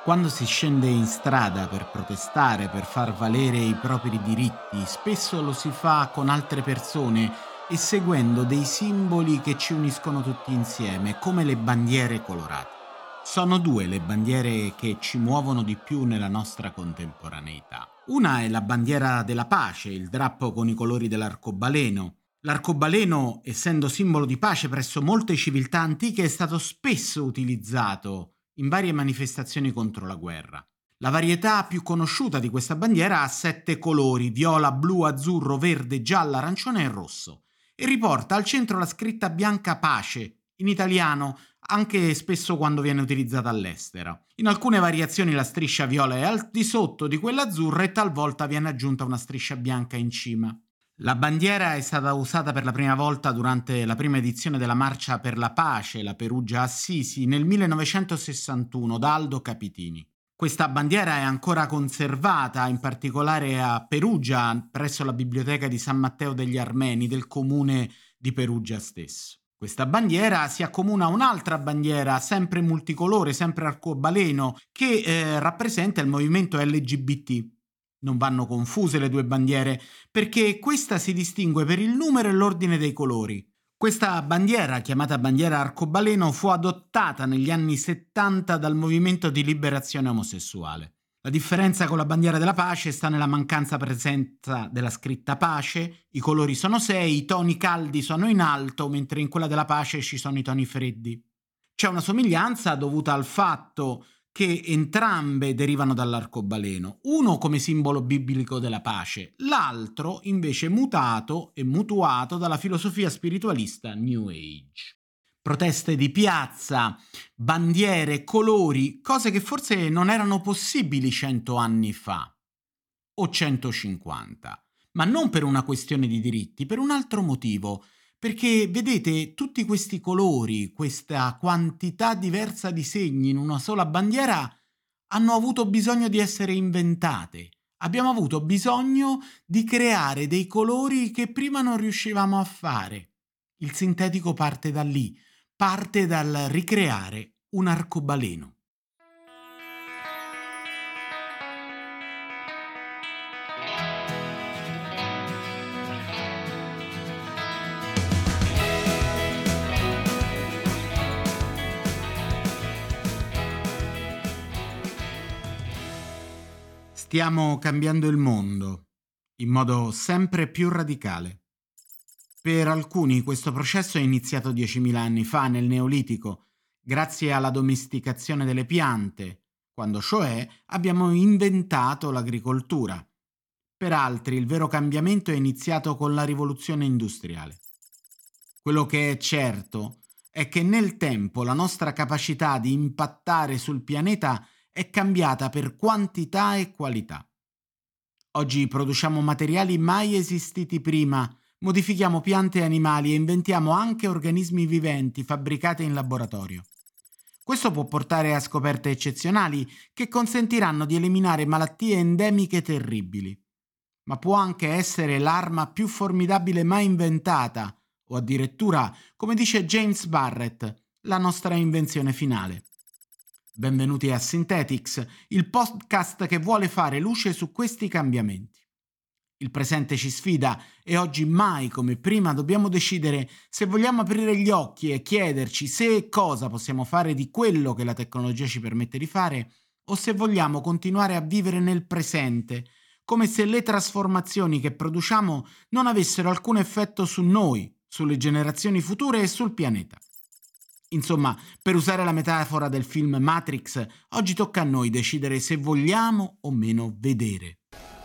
Quando si scende in strada per protestare, per far valere i propri diritti, spesso lo si fa con altre persone e seguendo dei simboli che ci uniscono tutti insieme, come le bandiere colorate. Sono due le bandiere che ci muovono di più nella nostra contemporaneità. Una è la bandiera della pace, il drappo con i colori dell'arcobaleno. L'arcobaleno, essendo simbolo di pace presso molte civiltà antiche, è stato spesso utilizzato in varie manifestazioni contro la guerra. La varietà più conosciuta di questa bandiera ha 7 colori: viola, blu, azzurro, verde, giallo, arancione e rosso, e riporta al centro la scritta bianca pace, in italiano, anche spesso quando viene utilizzata all'estero. In alcune variazioni la striscia viola è al di sotto di quella azzurra e talvolta viene aggiunta una striscia bianca in cima. La bandiera è stata usata per la prima volta durante la prima edizione della Marcia per la Pace, la Perugia-Assisi, nel 1961 da Aldo Capitini. Questa bandiera è ancora conservata, in particolare a Perugia, presso la biblioteca di San Matteo degli Armeni del comune di Perugia stesso. Questa bandiera si accomuna a un'altra bandiera, sempre multicolore, sempre arcobaleno, che rappresenta il movimento LGBT. Non vanno confuse le due bandiere, perché questa si distingue per il numero e l'ordine dei colori. Questa bandiera, chiamata bandiera arcobaleno, fu adottata negli anni 70 dal movimento di liberazione omosessuale. La differenza con la bandiera della pace sta nella mancanza presenza della scritta pace, i colori sono 6, i toni caldi sono in alto, mentre in quella della pace ci sono i toni freddi. C'è una somiglianza dovuta al fatto che entrambe derivano dall'arcobaleno, uno come simbolo biblico della pace, l'altro invece mutato e mutuato dalla filosofia spiritualista New Age. Proteste di piazza, bandiere, colori, cose che forse non erano possibili 100 anni fa o 150, ma non per una questione di diritti, per un altro motivo. Perché, vedete, tutti questi colori, questa quantità diversa di segni in una sola bandiera hanno avuto bisogno di essere inventate. Abbiamo avuto bisogno di creare dei colori che prima non riuscivamo a fare. Il sintetico parte da lì, parte dal ricreare un arcobaleno. Stiamo cambiando il mondo in modo sempre più radicale. Per alcuni questo processo è iniziato 10.000 anni fa, nel Neolitico, grazie alla domesticazione delle piante, quando cioè abbiamo inventato l'agricoltura. Per altri il vero cambiamento è iniziato con la rivoluzione industriale. Quello che è certo è che nel tempo la nostra capacità di impattare sul pianeta è cambiata per quantità e qualità. Oggi produciamo materiali mai esistiti prima, modifichiamo piante e animali e inventiamo anche organismi viventi fabbricati in laboratorio. Questo può portare a scoperte eccezionali che consentiranno di eliminare malattie endemiche terribili, ma può anche essere l'arma più formidabile mai inventata, o addirittura, come dice James Barrett, la nostra invenzione finale. Benvenuti a Synthetics, il podcast che vuole fare luce su questi cambiamenti. Il presente ci sfida e oggi mai come prima dobbiamo decidere se vogliamo aprire gli occhi e chiederci se e cosa possiamo fare di quello che la tecnologia ci permette di fare, o se vogliamo continuare a vivere nel presente, come se le trasformazioni che produciamo non avessero alcun effetto su noi, sulle generazioni future e sul pianeta. Insomma, per usare la metafora del film Matrix, oggi tocca a noi decidere se vogliamo o meno vedere.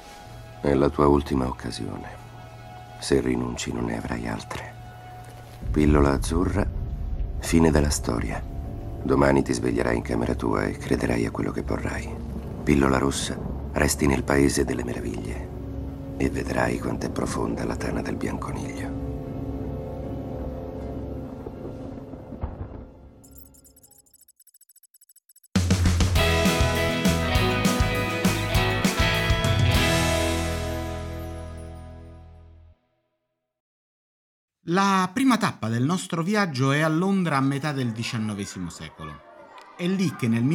È la tua ultima occasione. Se rinunci non ne avrai altre. Pillola azzurra, fine della storia. Domani ti sveglierai in camera tua e crederai a quello che vorrai. Pillola rossa, resti nel paese delle meraviglie e vedrai quant'è profonda la tana del bianconiglio. La prima tappa del nostro viaggio è a Londra a metà del XIX secolo. È lì che nel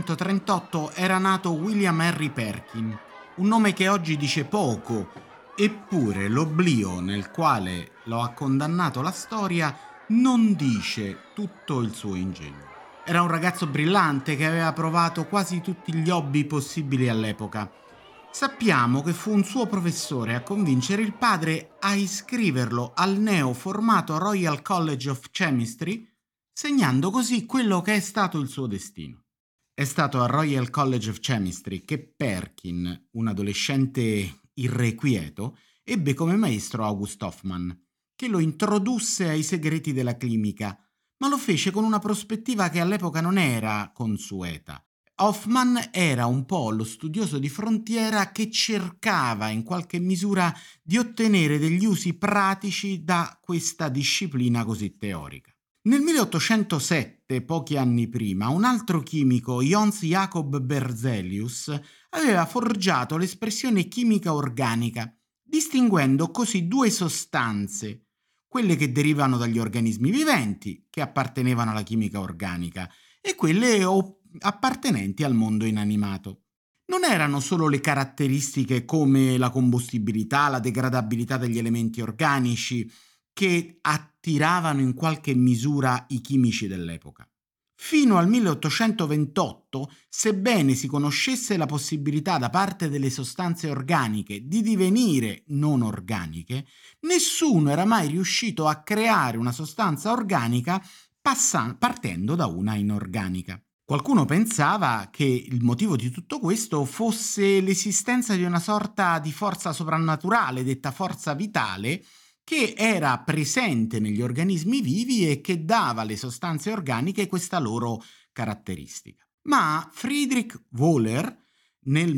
1838 era nato William Henry Perkin, un nome che oggi dice poco, eppure l'oblio nel quale lo ha condannato la storia non dice tutto il suo ingegno. Era un ragazzo brillante che aveva provato quasi tutti gli hobby possibili all'epoca. Sappiamo che fu un suo professore a convincere il padre a iscriverlo al neoformato Royal College of Chemistry, segnando così quello che è stato il suo destino. È stato al Royal College of Chemistry che Perkin, un adolescente irrequieto, ebbe come maestro August Hofmann, che lo introdusse ai segreti della chimica, ma lo fece con una prospettiva che all'epoca non era consueta. Hofmann era un po' lo studioso di frontiera che cercava in qualche misura di ottenere degli usi pratici da questa disciplina così teorica. Nel 1807, pochi anni prima, un altro chimico, Jöns Jacob Berzelius, aveva forgiato l'espressione chimica organica, distinguendo così due sostanze, quelle che derivano dagli organismi viventi, che appartenevano alla chimica organica, e quelle appartenenti al mondo inanimato. Non erano solo le caratteristiche come la combustibilità, la degradabilità degli elementi organici che attiravano in qualche misura i chimici dell'epoca. Fino al 1828, sebbene si conoscesse la possibilità da parte delle sostanze organiche di divenire non organiche, nessuno era mai riuscito a creare una sostanza organica partendo da una inorganica. Qualcuno pensava che il motivo di tutto questo fosse l'esistenza di una sorta di forza soprannaturale, detta forza vitale, che era presente negli organismi vivi e che dava alle sostanze organiche questa loro caratteristica. Ma Friedrich Wöhler nel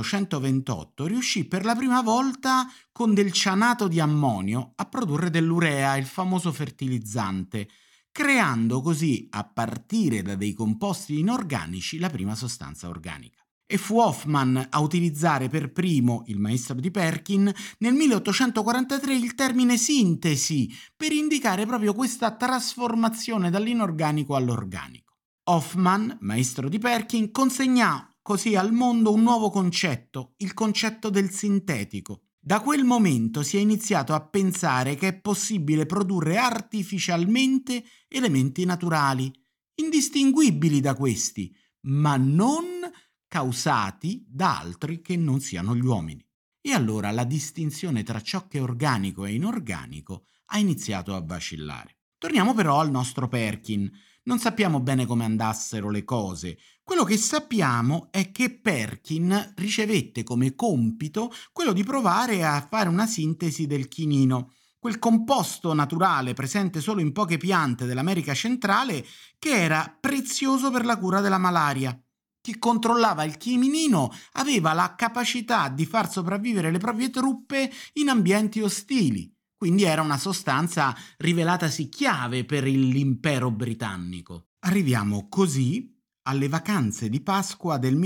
1828 riuscì per la prima volta con del cianato di ammonio a produrre dell'urea, il famoso fertilizzante, creando così, a partire da dei composti inorganici, la prima sostanza organica. E fu Hofmann a utilizzare per primo, il maestro di Perkin, nel 1843 il termine sintesi per indicare proprio questa trasformazione dall'inorganico all'organico. Hofmann, maestro di Perkin, consegnò così al mondo un nuovo concetto, il concetto del sintetico. Da quel momento si è iniziato a pensare che è possibile produrre artificialmente elementi naturali, indistinguibili da questi, ma non causati da altri che non siano gli uomini. E allora la distinzione tra ciò che è organico e inorganico ha iniziato a vacillare. Torniamo però al nostro Perkin. Non sappiamo bene come andassero le cose. Quello che sappiamo è che Perkin ricevette come compito quello di provare a fare una sintesi del chinino, quel composto naturale presente solo in poche piante dell'America centrale che era prezioso per la cura della malaria. Chi controllava il chinino aveva la capacità di far sopravvivere le proprie truppe in ambienti ostili. Quindi era una sostanza rivelatasi chiave per l'impero britannico. Arriviamo così alle vacanze di Pasqua del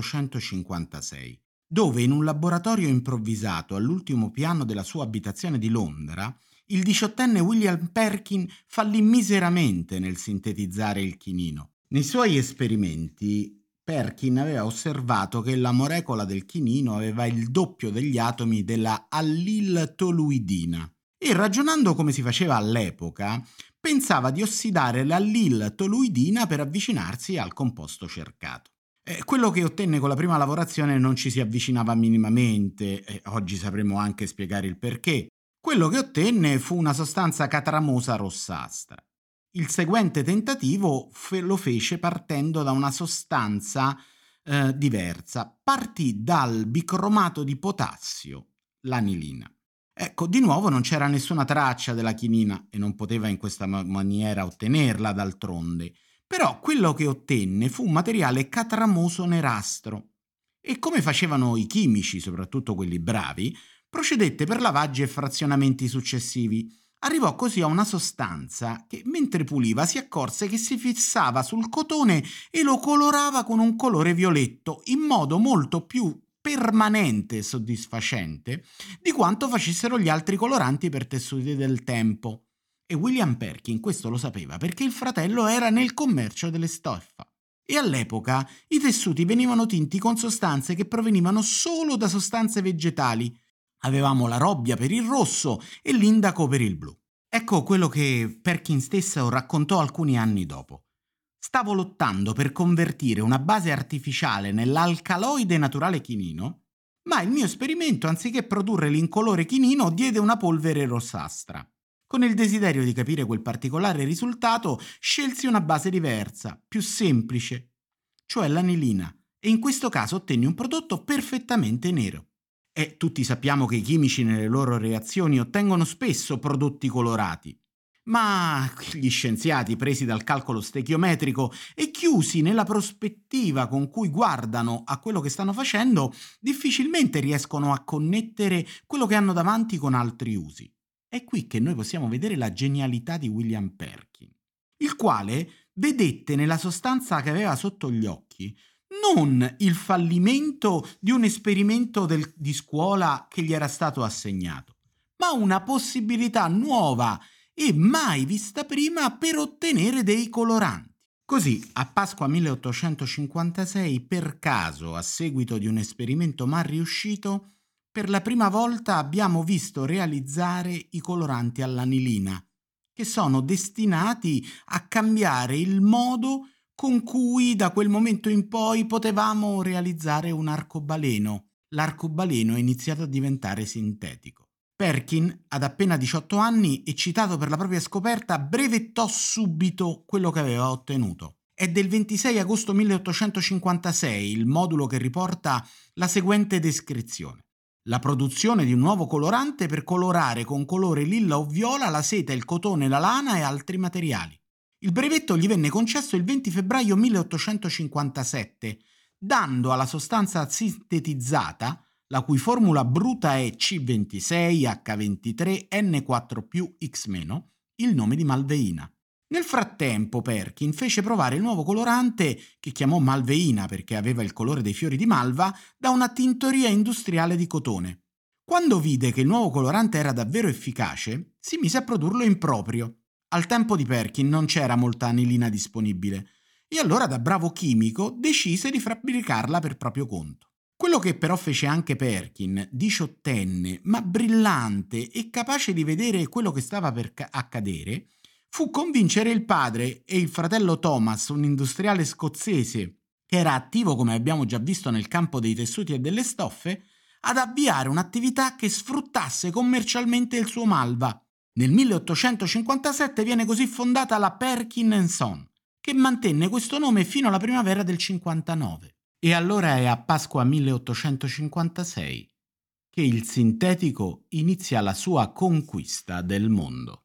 1856, dove in un laboratorio improvvisato all'ultimo piano della sua abitazione di Londra, il 18enne William Perkin fallì miseramente nel sintetizzare il chinino. Nei suoi esperimenti Perkin aveva osservato che la molecola del chinino aveva il doppio degli atomi della allil-toluidina e, ragionando come si faceva all'epoca, pensava di ossidare l'allil-toluidina per avvicinarsi al composto cercato. Quello che ottenne con la prima lavorazione non ci si avvicinava minimamente, e oggi sapremo anche spiegare il perché. Quello che ottenne fu una sostanza catramosa rossastra. Il seguente tentativo lo fece partendo da una sostanza diversa. Partì dal bicromato di potassio, l'anilina. Ecco, di nuovo non c'era nessuna traccia della chinina e non poteva in questa maniera ottenerla d'altronde. Però quello che ottenne fu un materiale catramoso nerastro. E come facevano i chimici, soprattutto quelli bravi, procedette per lavaggi e frazionamenti successivi. Arrivò così a una sostanza che, mentre puliva, si accorse che si fissava sul cotone e lo colorava con un colore violetto, in modo molto più permanente e soddisfacente di quanto facessero gli altri coloranti per tessuti del tempo. E William Perkin questo lo sapeva perché il fratello era nel commercio delle stoffa. e all'epoca i tessuti venivano tinti con sostanze che provenivano solo da sostanze vegetali. Avevamo la robbia per il rosso e l'indaco per il blu. Ecco quello che Perkin stesso raccontò alcuni anni dopo. Stavo lottando per convertire una base artificiale nell'alcaloide naturale chinino, ma il mio esperimento, anziché produrre l'incolore chinino, diede una polvere rossastra. Con il desiderio di capire quel particolare risultato, scelsi una base diversa, più semplice, cioè l'anilina, e in questo caso ottenni un prodotto perfettamente nero. E tutti sappiamo che i chimici nelle loro reazioni ottengono spesso prodotti colorati. Ma gli scienziati, presi dal calcolo stechiometrico e chiusi nella prospettiva con cui guardano a quello che stanno facendo, difficilmente riescono a connettere quello che hanno davanti con altri usi. È qui che noi possiamo vedere la genialità di William Perkin, il quale vedette nella sostanza che aveva sotto gli occhi non il fallimento di un esperimento di scuola che gli era stato assegnato, ma una possibilità nuova e mai vista prima per ottenere dei coloranti. Così, a Pasqua 1856, per caso, a seguito di un esperimento mal riuscito, per la prima volta abbiamo visto realizzare i coloranti all'anilina, che sono destinati a cambiare il modo con cui da quel momento in poi potevamo realizzare un arcobaleno. L'arcobaleno è iniziato a diventare sintetico. Perkin, ad appena 18 anni, eccitato per la propria scoperta, brevettò subito quello che aveva ottenuto. È del 26 agosto 1856 il modulo che riporta la seguente descrizione. La produzione di un nuovo colorante per colorare con colore lilla o viola la seta, il cotone, la lana e altri materiali. Il brevetto gli venne concesso il 20 febbraio 1857, dando alla sostanza sintetizzata, la cui formula bruta è C26H23N4+X-, il nome di malveina. Nel frattempo Perkin fece provare il nuovo colorante, che chiamò malveina perché aveva il colore dei fiori di malva, da una tintoria industriale di cotone. Quando vide che il nuovo colorante era davvero efficace, si mise a produrlo in proprio. Al tempo di Perkin non c'era molta anilina disponibile e allora, da bravo chimico, decise di fabbricarla per proprio conto. Quello che però fece anche Perkin, diciottenne, ma brillante e capace di vedere quello che stava per accadere, fu convincere il padre e il fratello Thomas, un industriale scozzese che era attivo, come abbiamo già visto, nel campo dei tessuti e delle stoffe, ad avviare un'attività che sfruttasse commercialmente il suo malva. Nel 1857 viene così fondata la Perkin & Son, che mantenne questo nome fino alla primavera del 59. E allora è a Pasqua 1856 che il sintetico inizia la sua conquista del mondo.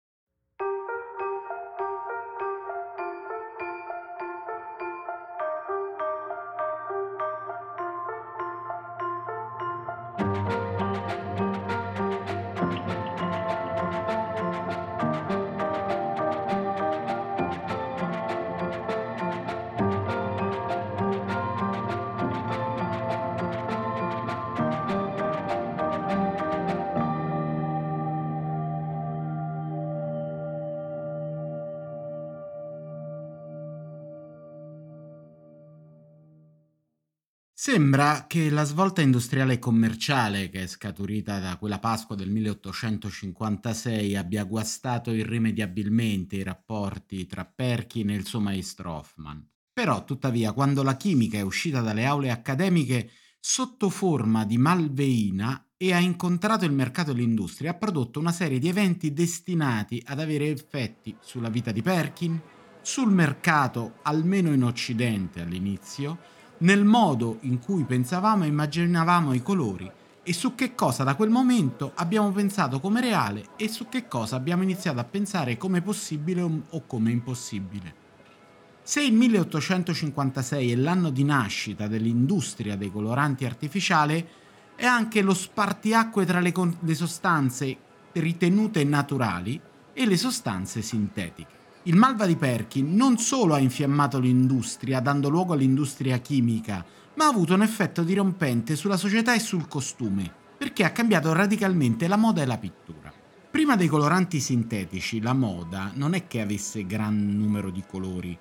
Sembra che la svolta industriale e commerciale che è scaturita da quella Pasqua del 1856 abbia guastato irrimediabilmente i rapporti tra Perkin e il suo maestro Hoffman. Però, tuttavia, quando la chimica è uscita dalle aule accademiche sotto forma di malveina e ha incontrato il mercato e l'industria, ha prodotto una serie di eventi destinati ad avere effetti sulla vita di Perkin, sul mercato, almeno in Occidente all'inizio, nel modo in cui pensavamo e immaginavamo i colori e su che cosa da quel momento abbiamo pensato come reale e su che cosa abbiamo iniziato a pensare come possibile o come impossibile. Se il 1856 è l'anno di nascita dell'industria dei coloranti artificiali, è anche lo spartiacque tra le sostanze ritenute naturali e le sostanze sintetiche. Il malva di Perkin non solo ha infiammato l'industria, dando luogo all'industria chimica, ma ha avuto un effetto dirompente sulla società e sul costume, perché ha cambiato radicalmente la moda e la pittura. Prima dei coloranti sintetici, la moda non è che avesse gran numero di colori,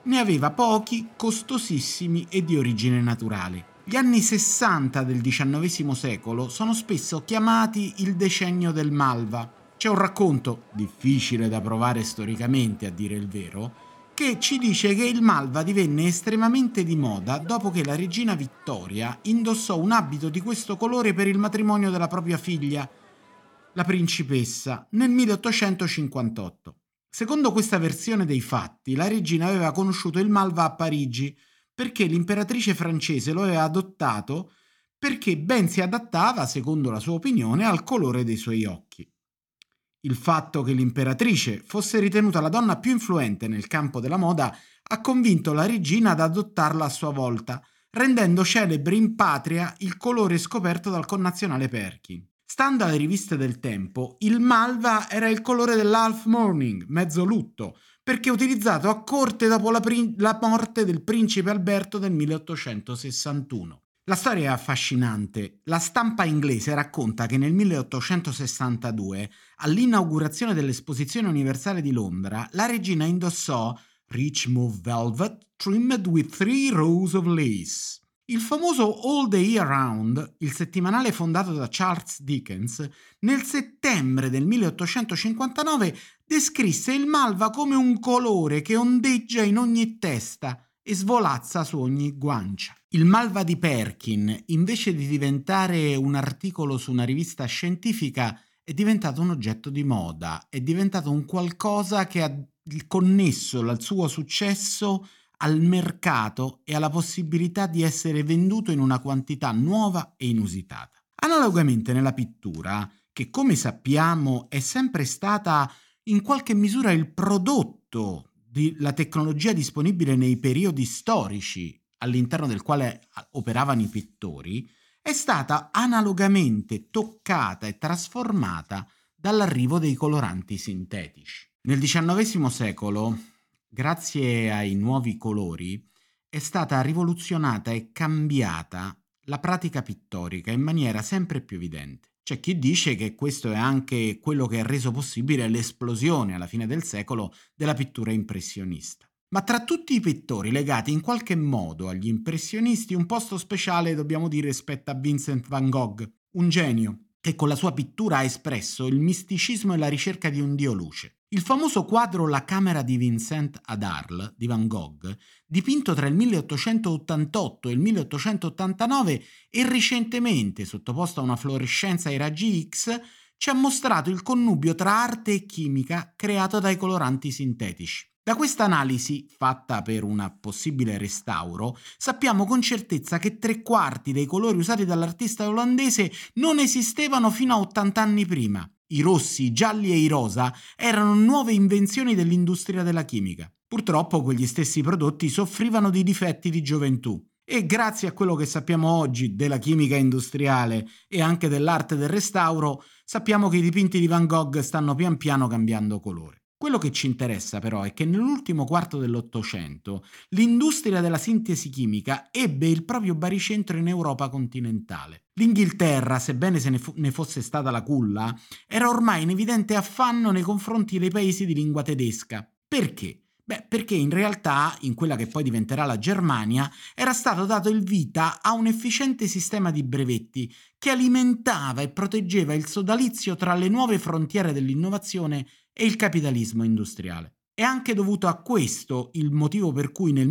Ne aveva pochi, costosissimi e di origine naturale. Gli anni 60 del XIX secolo sono spesso chiamati il decennio del Malva. C'è un racconto, difficile da provare storicamente a dire il vero, che ci dice che il Malva divenne estremamente di moda dopo che la regina Vittoria indossò un abito di questo colore per il matrimonio della propria figlia, la principessa, nel 1858. Secondo questa versione dei fatti, la regina aveva conosciuto il Malva a Parigi perché l'imperatrice francese lo aveva adottato perché ben si adattava, secondo la sua opinione, al colore dei suoi occhi. Il fatto che l'imperatrice fosse ritenuta la donna più influente nel campo della moda ha convinto la regina ad adottarla a sua volta, rendendo celebre in patria il colore scoperto dal connazionale Perkin. Stando alle riviste del tempo, il malva era il colore dell'half mourning, mezzo lutto, perché utilizzato a corte dopo la morte del principe Alberto del 1861. La storia è affascinante. La stampa inglese racconta che nel 1862, all'inaugurazione dell'Esposizione Universale di Londra, la regina indossò Rich Mauve Velvet trimmed with 3 rows of lace. Il famoso All the Year Round, il settimanale fondato da Charles Dickens, nel settembre del 1859 descrisse il malva come un colore che ondeggia in ogni testa e svolazza su ogni guancia. Il malva di Perkin, invece di diventare un articolo su una rivista scientifica, è diventato un oggetto di moda, è diventato un qualcosa che ha connesso il suo successo al mercato e alla possibilità di essere venduto in una quantità nuova e inusitata. Analogamente nella pittura, che come sappiamo è sempre stata in qualche misura il prodotto della tecnologia disponibile nei periodi storici all'interno del quale operavano i pittori, è stata analogamente toccata e trasformata dall'arrivo dei coloranti sintetici. Nel XIX secolo, grazie ai nuovi colori, è stata rivoluzionata e cambiata la pratica pittorica in maniera sempre più evidente. C'è chi dice che questo è anche quello che ha reso possibile l'esplosione alla fine del secolo della pittura impressionista. Ma tra tutti i pittori legati in qualche modo agli impressionisti, un posto speciale, dobbiamo dire, spetta a Vincent van Gogh, un genio che con la sua pittura ha espresso il misticismo e la ricerca di un dio luce. Il famoso quadro La camera di Vincent ad Arles di Van Gogh, dipinto tra il 1888 e il 1889 e recentemente sottoposto a una fluorescenza ai raggi X, ci ha mostrato il connubio tra arte e chimica creato dai coloranti sintetici. Da questa analisi, fatta per un possibile restauro, sappiamo con certezza che 3/4 dei colori usati dall'artista olandese non esistevano fino a 80 anni prima. I rossi, i gialli e i rosa erano nuove invenzioni dell'industria della chimica. Purtroppo quegli stessi prodotti soffrivano di difetti di gioventù. E grazie a quello che sappiamo oggi della chimica industriale e anche dell'arte del restauro, sappiamo che i dipinti di Van Gogh stanno pian piano cambiando colore. Quello che ci interessa però è che nell'ultimo quarto dell'Ottocento l'industria della sintesi chimica ebbe il proprio baricentro in Europa continentale. L'Inghilterra, sebbene ne fosse stata la culla, era ormai in evidente affanno nei confronti dei paesi di lingua tedesca. Perché? Perché in realtà, in quella che poi diventerà la Germania, era stato dato il vita a un efficiente sistema di brevetti che alimentava e proteggeva il sodalizio tra le nuove frontiere dell'innovazione e il capitalismo industriale. È anche dovuto a questo il motivo per cui nel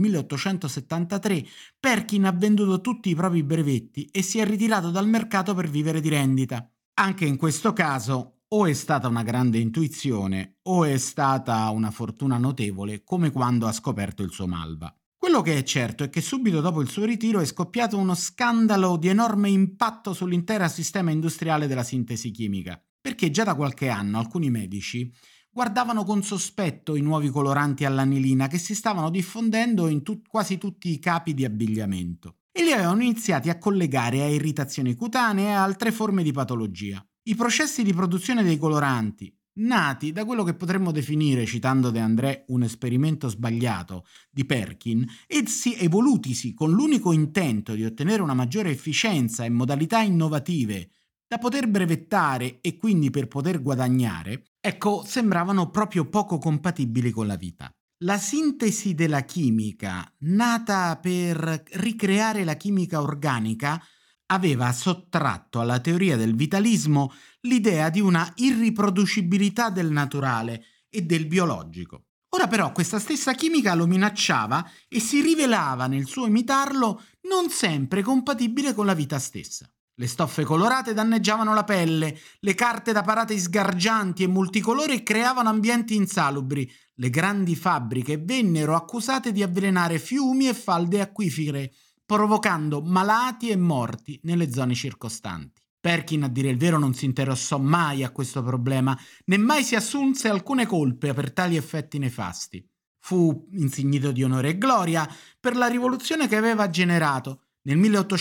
1873 Perkin ha venduto tutti i propri brevetti e si è ritirato dal mercato per vivere di rendita. Anche in questo caso o è stata una grande intuizione o è stata una fortuna notevole, come quando ha scoperto il suo malva. Quello che è certo è che subito dopo il suo ritiro è scoppiato uno scandalo di enorme impatto sull'intero sistema industriale della sintesi chimica, perché già da qualche anno alcuni medici guardavano con sospetto i nuovi coloranti all'anilina che si stavano diffondendo in quasi tutti i capi di abbigliamento e li avevano iniziati a collegare a irritazioni cutanee e a altre forme di patologia. I processi di produzione dei coloranti, nati da quello che potremmo definire, citando De André, un esperimento sbagliato di Perkin, evolutisi con l'unico intento di ottenere una maggiore efficienza e modalità innovative da poter brevettare e quindi per poter guadagnare, sembravano proprio poco compatibili con la vita. La sintesi della chimica, nata per ricreare la chimica organica, aveva sottratto alla teoria del vitalismo l'idea di una irriproducibilità del naturale e del biologico. Ora però questa stessa chimica lo minacciava e si rivelava nel suo imitarlo non sempre compatibile con la vita stessa. Le stoffe colorate danneggiavano la pelle, le carte da parati sgargianti e multicolori creavano ambienti insalubri, le grandi fabbriche vennero accusate di avvelenare fiumi e falde acquifere, provocando malati e morti nelle zone circostanti. Perkin, a dire il vero, non si interessò mai a questo problema, né mai si assunse alcune colpe per tali effetti nefasti. Fu insignito di onore e gloria per la rivoluzione che aveva generato. Nel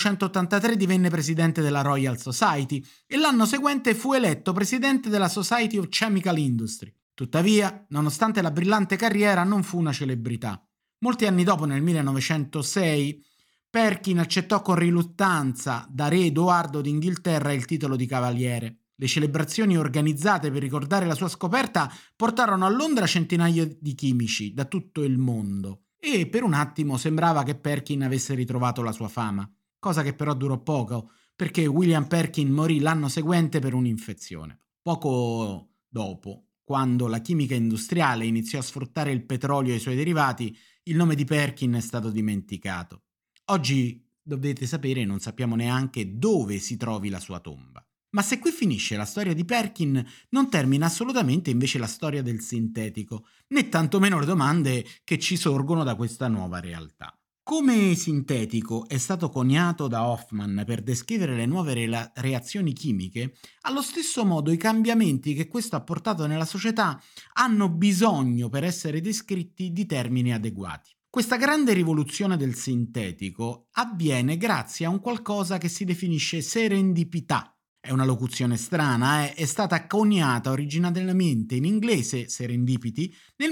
1883 divenne presidente della Royal Society e l'anno seguente fu eletto presidente della Society of Chemical Industry. Tuttavia, nonostante la brillante carriera, non fu una celebrità. Molti anni dopo, nel 1906, Perkin accettò con riluttanza da re Edoardo d'Inghilterra il titolo di cavaliere. Le celebrazioni organizzate per ricordare la sua scoperta portarono a Londra centinaia di chimici da tutto il mondo e per un attimo sembrava che Perkin avesse ritrovato la sua fama, cosa che però durò poco perché William Perkin morì l'anno seguente per un'infezione. Poco dopo, quando la chimica industriale iniziò a sfruttare il petrolio e i suoi derivati, il nome di Perkin è stato dimenticato. Oggi, dovete sapere, non sappiamo neanche dove si trovi la sua tomba. Ma se qui finisce la storia di Perkin, non termina assolutamente invece la storia del sintetico, né tantomeno le domande che ci sorgono da questa nuova realtà. Come sintetico è stato coniato da Hoffman per descrivere le nuove reazioni chimiche, allo stesso modo i cambiamenti che questo ha portato nella società hanno bisogno, per essere descritti, di termini adeguati. Questa grande rivoluzione del sintetico avviene grazie a un qualcosa che si definisce serendipità. È una locuzione strana, è stata coniata originariamente in inglese, serendipity, nel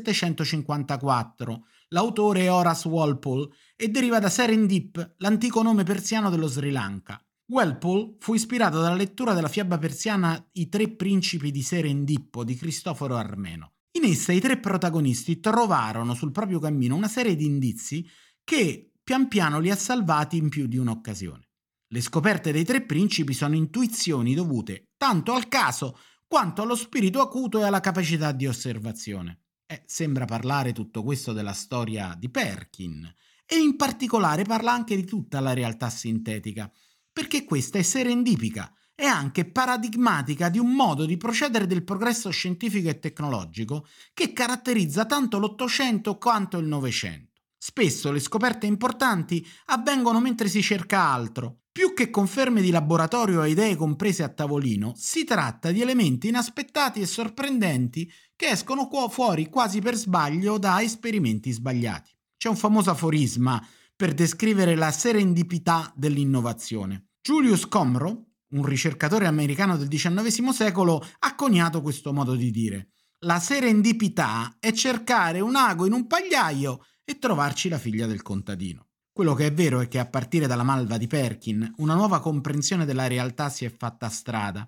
1754. L'autore è Horace Walpole e deriva da Serendip, l'antico nome persiano dello Sri Lanka. Walpole fu ispirato dalla lettura della fiaba persiana I tre principi di Serendippo di Cristoforo Armeno. In essa i tre protagonisti trovarono sul proprio cammino una serie di indizi che pian piano li ha salvati in più di un'occasione. Le scoperte dei tre principi sono intuizioni dovute tanto al caso quanto allo spirito acuto e alla capacità di osservazione. Sembra parlare tutto questo della storia di Perkin e in particolare parla anche di tutta la realtà sintetica, perché questa è serendipica. È anche paradigmatica di un modo di procedere del progresso scientifico e tecnologico che caratterizza tanto l'Ottocento quanto il Novecento. Spesso le scoperte importanti avvengono mentre si cerca altro. Più che conferme di laboratorio e idee comprese a tavolino, si tratta di elementi inaspettati e sorprendenti che escono fuori quasi per sbaglio da esperimenti sbagliati. C'è un famoso aforisma per descrivere la serendipità dell'innovazione. Julius Comro, un ricercatore americano del XIX secolo, ha coniato questo modo di dire. La serendipità è cercare un ago in un pagliaio e trovarci la figlia del contadino. Quello che è vero è che a partire dalla malva di Perkin una nuova comprensione della realtà si è fatta strada,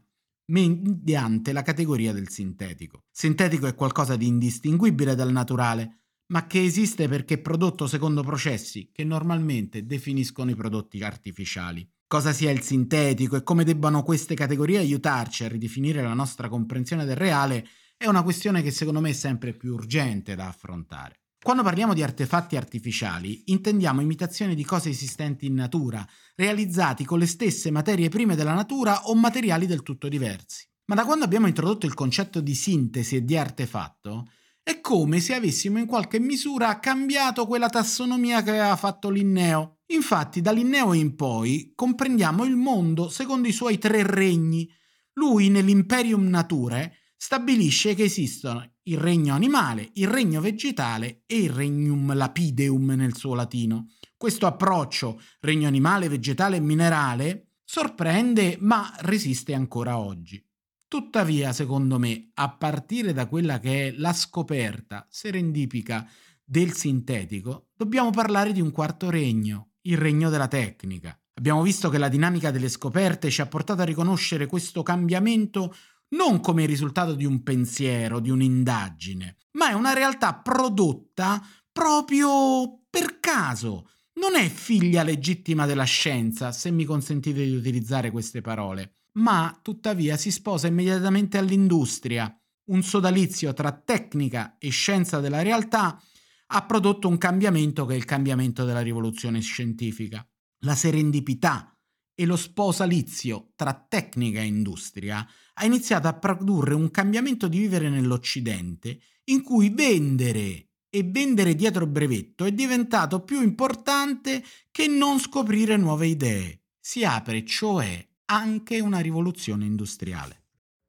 mediante la categoria del sintetico. Sintetico è qualcosa di indistinguibile dal naturale, ma che esiste perché è prodotto secondo processi che normalmente definiscono i prodotti artificiali. Cosa sia il sintetico e come debbano queste categorie aiutarci a ridefinire la nostra comprensione del reale è una questione che secondo me è sempre più urgente da affrontare. Quando parliamo di artefatti artificiali, intendiamo imitazioni di cose esistenti in natura, realizzati con le stesse materie prime della natura o materiali del tutto diversi. Ma da quando abbiamo introdotto il concetto di sintesi e di artefatto, è come se avessimo in qualche misura cambiato quella tassonomia che aveva fatto Linneo. Infatti, da Linneo in poi comprendiamo il mondo secondo i suoi tre regni. Lui, nell'Imperium Naturae, stabilisce che esistono il regno animale, il regno vegetale e il regnum lapideum nel suo latino. Questo approccio, regno animale, vegetale e minerale, sorprende ma resiste ancora oggi. Tuttavia, secondo me, a partire da quella che è la scoperta serendipica del sintetico, dobbiamo parlare di un quarto regno, il regno della tecnica. Abbiamo visto che la dinamica delle scoperte ci ha portato a riconoscere questo cambiamento non come il risultato di un pensiero, di un'indagine, ma è una realtà prodotta proprio per caso. Non è figlia legittima della scienza, se mi consentite di utilizzare queste parole, ma tuttavia si sposa immediatamente all'industria. Un sodalizio tra tecnica e scienza della realtà ha prodotto un cambiamento che è il cambiamento della rivoluzione scientifica. La serendipità e lo sposalizio tra tecnica e industria ha iniziato a produrre un cambiamento di vivere nell'Occidente in cui vendere dietro brevetto è diventato più importante che non scoprire nuove idee. Si apre cioè anche una rivoluzione industriale.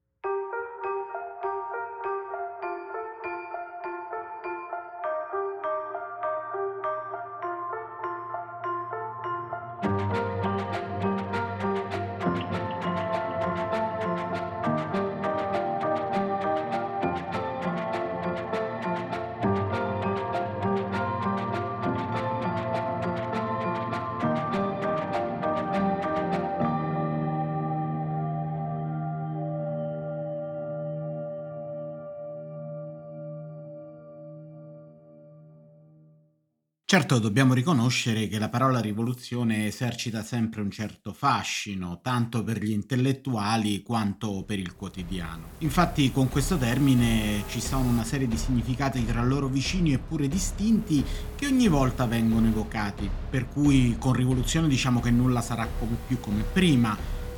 Certo, dobbiamo riconoscere che la parola rivoluzione esercita sempre un certo fascino, tanto per gli intellettuali quanto per il quotidiano. Infatti, con questo termine ci sono una serie di significati tra loro vicini eppure distinti che ogni volta vengono evocati, per cui con rivoluzione diciamo che nulla sarà più come prima,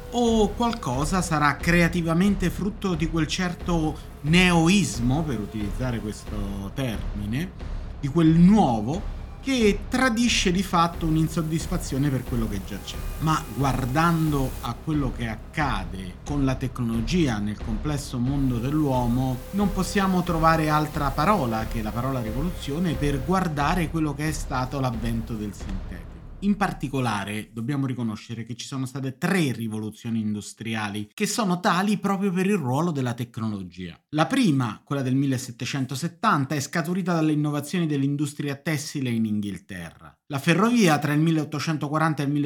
o qualcosa sarà creativamente frutto di quel certo neoismo, per utilizzare questo termine, di quel nuovo che tradisce di fatto un'insoddisfazione per quello che già c'è. Ma guardando a quello che accade con la tecnologia nel complesso mondo dell'uomo, non possiamo trovare altra parola che la parola rivoluzione per guardare quello che è stato l'avvento del sintetico. In particolare dobbiamo riconoscere che ci sono state 3 rivoluzioni industriali che sono tali proprio per il ruolo della tecnologia. La prima, quella del 1770, è scaturita dalle innovazioni dell'industria tessile in Inghilterra. La ferrovia tra il 1840 e il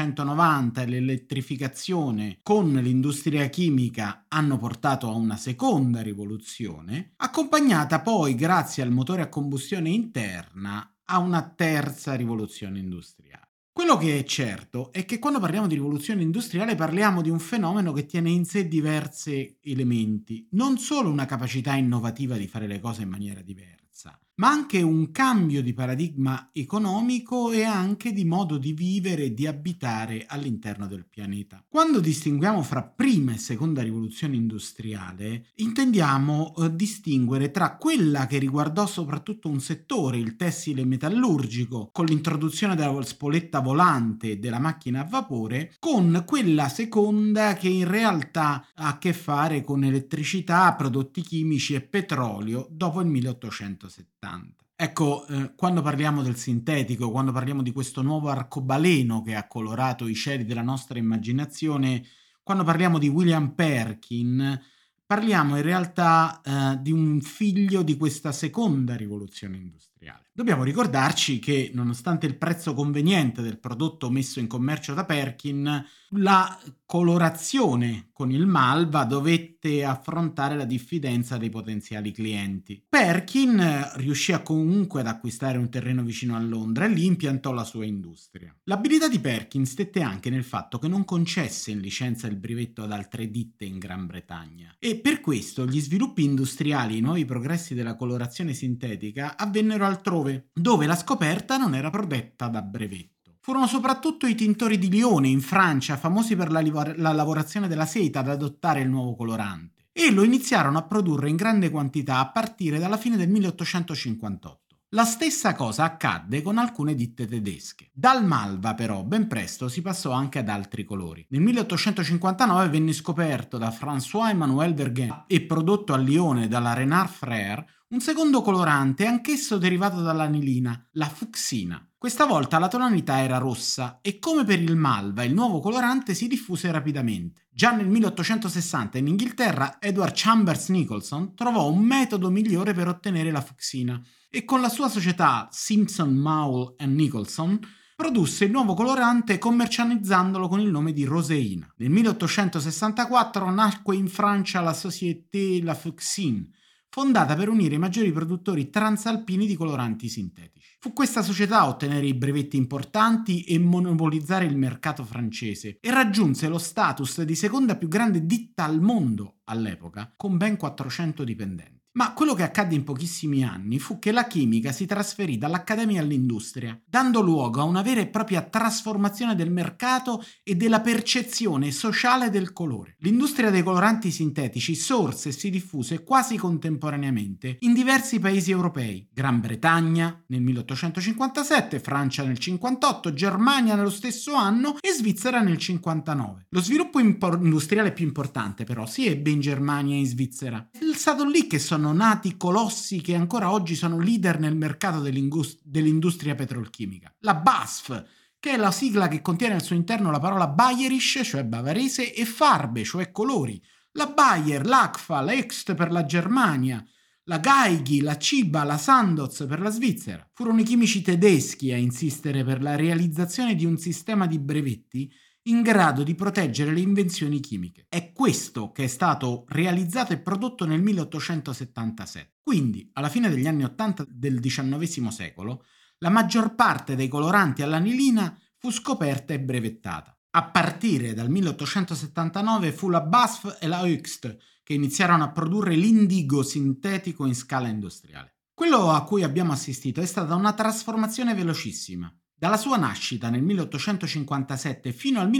1890 e l'elettrificazione con l'industria chimica hanno portato a una seconda rivoluzione, accompagnata poi, grazie al motore a combustione interna, a una terza rivoluzione industriale. Quello che è certo è che quando parliamo di rivoluzione industriale parliamo di un fenomeno che tiene in sé diversi elementi, non solo una capacità innovativa di fare le cose in maniera diversa, ma anche un cambio di paradigma economico e anche di modo di vivere e di abitare all'interno del pianeta. Quando distinguiamo fra prima e seconda rivoluzione industriale, intendiamo distinguere tra quella che riguardò soprattutto un settore, il tessile metallurgico, con l'introduzione della spoletta volante e della macchina a vapore, con quella seconda che in realtà ha a che fare con elettricità, prodotti chimici e petrolio dopo il 1870. Ecco, quando parliamo del sintetico, quando parliamo di questo nuovo arcobaleno che ha colorato i cieli della nostra immaginazione, quando parliamo di William Perkin, parliamo in realtà di un figlio di questa seconda rivoluzione industriale. Dobbiamo ricordarci che, nonostante il prezzo conveniente del prodotto messo in commercio da Perkin, la colorazione con il malva dovette affrontare la diffidenza dei potenziali clienti. Perkin riuscì comunque ad acquistare un terreno vicino a Londra e lì impiantò la sua industria. L'abilità di Perkin stette anche nel fatto che non concesse in licenza il brevetto ad altre ditte in Gran Bretagna e per questo gli sviluppi industriali e i nuovi progressi della colorazione sintetica avvennero altrove, dove la scoperta non era protetta da brevetto. Furono soprattutto i tintori di Lione in Francia, famosi per la lavorazione della seta, ad adottare il nuovo colorante e lo iniziarono a produrre in grande quantità a partire dalla fine del 1858. La stessa cosa accadde con alcune ditte tedesche. Dal malva però ben presto si passò anche ad altri colori. Nel 1859 venne scoperto da François-Emmanuel Verguen e prodotto a Lione dalla Renard Frères un secondo colorante, anch'esso derivato dall'anilina, la fucsina. Questa volta la tonalità era rossa e come per il malva il nuovo colorante si diffuse rapidamente. Già nel 1860 in Inghilterra Edward Chambers Nicholson trovò un metodo migliore per ottenere la fucsina e con la sua società Simpson, Mowell and Nicholson produsse il nuovo colorante commercializzandolo con il nome di roseina. Nel 1864 nacque in Francia la Société Lafuxine, fondata per unire i maggiori produttori transalpini di coloranti sintetici. Fu questa società a ottenere i brevetti importanti e monopolizzare il mercato francese e raggiunse lo status di seconda più grande ditta al mondo all'epoca, con ben 400 dipendenti. Ma quello che accadde in pochissimi anni fu che la chimica si trasferì dall'accademia all'industria, dando luogo a una vera e propria trasformazione del mercato e della percezione sociale del colore. L'industria dei coloranti sintetici sorse e si diffuse quasi contemporaneamente in diversi paesi europei: Gran Bretagna nel 1857, Francia nel 58, Germania nello stesso anno e Svizzera nel 59. Lo sviluppo industriale più importante però si ebbe in Germania e in Svizzera. È stato lì che sono nati colossi che ancora oggi sono leader nel mercato dell'industria petrolchimica. La BASF, che è la sigla che contiene al suo interno la parola Bayerisch, cioè bavarese, e Farbe, cioè colori. La Bayer, l'Agfa, la Hoechst per la Germania, la Geigy, la Ciba, la Sandoz per la Svizzera. Furono i chimici tedeschi a insistere per la realizzazione di un sistema di brevetti in grado di proteggere le invenzioni chimiche. È questo che è stato realizzato e prodotto nel 1877. Quindi, alla fine degli anni 80 del XIX secolo, la maggior parte dei coloranti all'anilina fu scoperta e brevettata. A partire dal 1879 fu la BASF e la Hoechst che iniziarono a produrre l'indigo sintetico in scala industriale. Quello a cui abbiamo assistito è stata una trasformazione velocissima. Dalla sua nascita nel 1857 fino al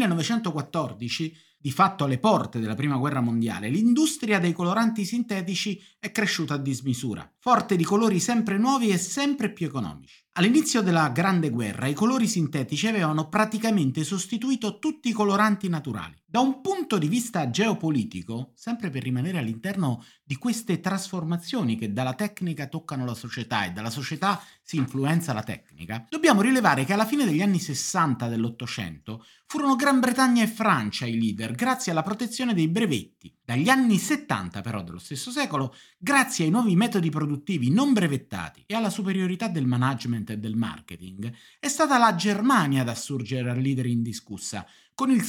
1914, di fatto alle porte della Prima Guerra Mondiale, l'industria dei coloranti sintetici è cresciuta a dismisura, forte di colori sempre nuovi e sempre più economici. All'inizio della Grande Guerra i colori sintetici avevano praticamente sostituito tutti i coloranti naturali. Da un punto di vista geopolitico, sempre per rimanere all'interno di queste trasformazioni che dalla tecnica toccano la società e dalla società si influenza la tecnica, dobbiamo rilevare che alla fine degli anni 60 dell'Ottocento furono Gran Bretagna e Francia i leader grazie alla protezione dei brevetti. Dagli anni 70 però dello stesso secolo, grazie ai nuovi metodi produttivi non brevettati e alla superiorità del management e del marketing, è stata la Germania ad assurgere al leader indiscussa, con il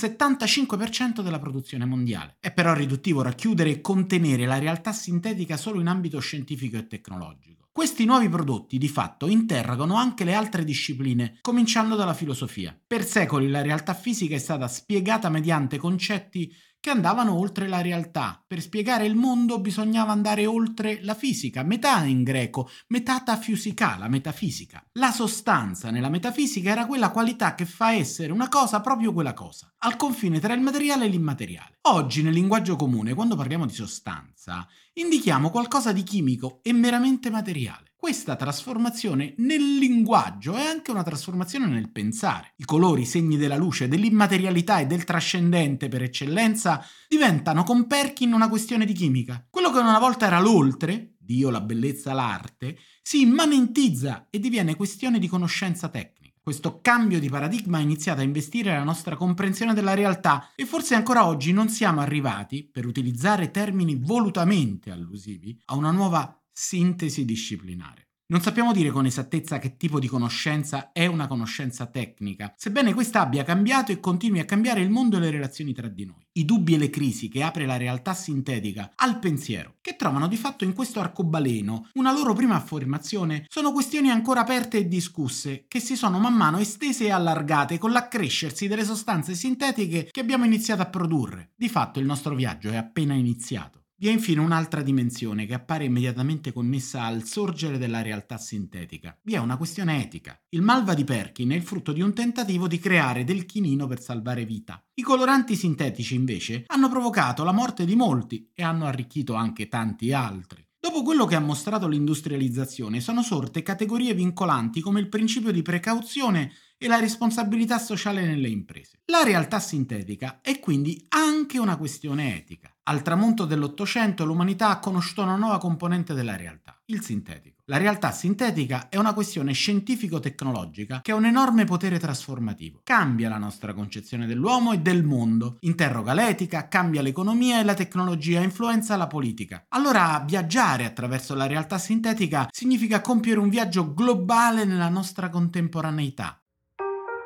75% della produzione mondiale. È però riduttivo racchiudere e contenere la realtà sintetica solo in ambito scientifico e tecnologico. Questi nuovi prodotti di fatto interrogano anche le altre discipline, cominciando dalla filosofia. Per secoli la realtà fisica è stata spiegata mediante concetti che andavano oltre la realtà. Per spiegare il mondo bisognava andare oltre la fisica, metà in greco, metafisica, la metafisica. La sostanza nella metafisica era quella qualità che fa essere una cosa proprio quella cosa, al confine tra il materiale e l'immateriale. Oggi nel linguaggio comune, quando parliamo di sostanza, indichiamo qualcosa di chimico e meramente materiale. Questa trasformazione nel linguaggio è anche una trasformazione nel pensare. I colori, segni della luce, dell'immaterialità e del trascendente per eccellenza, diventano con Perkin una questione di chimica. Quello che una volta era l'oltre, Dio, la bellezza, l'arte, si immanentizza e diviene questione di conoscenza tecnica. Questo cambio di paradigma ha iniziato a investire la nostra comprensione della realtà e forse ancora oggi non siamo arrivati, per utilizzare termini volutamente allusivi, a una nuova sintesi disciplinare. Non sappiamo dire con esattezza che tipo di conoscenza è una conoscenza tecnica, sebbene questa abbia cambiato e continui a cambiare il mondo e le relazioni tra di noi. I dubbi e le crisi che apre la realtà sintetica al pensiero, che trovano di fatto in questo arcobaleno una loro prima affermazione, sono questioni ancora aperte e discusse, che si sono man mano estese e allargate con l'accrescersi delle sostanze sintetiche che abbiamo iniziato a produrre. Di fatto il nostro viaggio è appena iniziato. Vi è infine un'altra dimensione che appare immediatamente connessa al sorgere della realtà sintetica. Vi è una questione etica. Il Malva di Perkin è il frutto di un tentativo di creare del chinino per salvare vita. I coloranti sintetici, invece, hanno provocato la morte di molti e hanno arricchito anche tanti altri. Dopo quello che ha mostrato l'industrializzazione, sono sorte categorie vincolanti come il principio di precauzione e la responsabilità sociale nelle imprese. La realtà sintetica è quindi anche una questione etica. Al tramonto dell'Ottocento l'umanità ha conosciuto una nuova componente della realtà, il sintetico. La realtà sintetica è una questione scientifico-tecnologica che ha un enorme potere trasformativo. Cambia la nostra concezione dell'uomo e del mondo, interroga l'etica, cambia l'economia e la tecnologia, influenza la politica. Allora viaggiare attraverso la realtà sintetica significa compiere un viaggio globale nella nostra contemporaneità.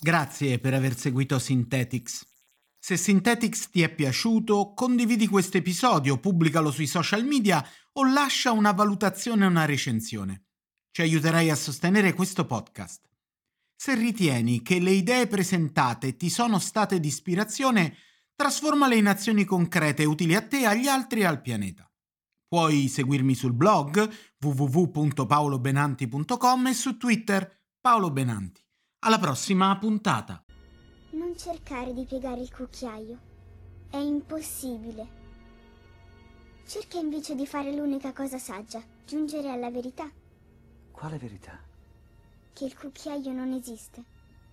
Grazie per aver seguito Synthetix. Se Synthetix ti è piaciuto, condividi questo episodio, pubblicalo sui social media o lascia una valutazione e una recensione. Ci aiuterai a sostenere questo podcast. Se ritieni che le idee presentate ti sono state di ispirazione, trasformale in azioni concrete utili a te, agli altri e al pianeta. Puoi seguirmi sul blog www.paolobenanti.com e su Twitter Paolo Benanti. Alla prossima puntata! Non cercare di piegare il cucchiaio. È impossibile. Cerca invece di fare l'unica cosa saggia, giungere alla verità. Quale verità? Che il cucchiaio non esiste.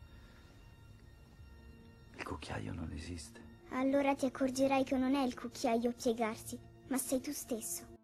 Il cucchiaio non esiste. Allora ti accorgerai che non è il cucchiaio a piegarsi, ma sei tu stesso.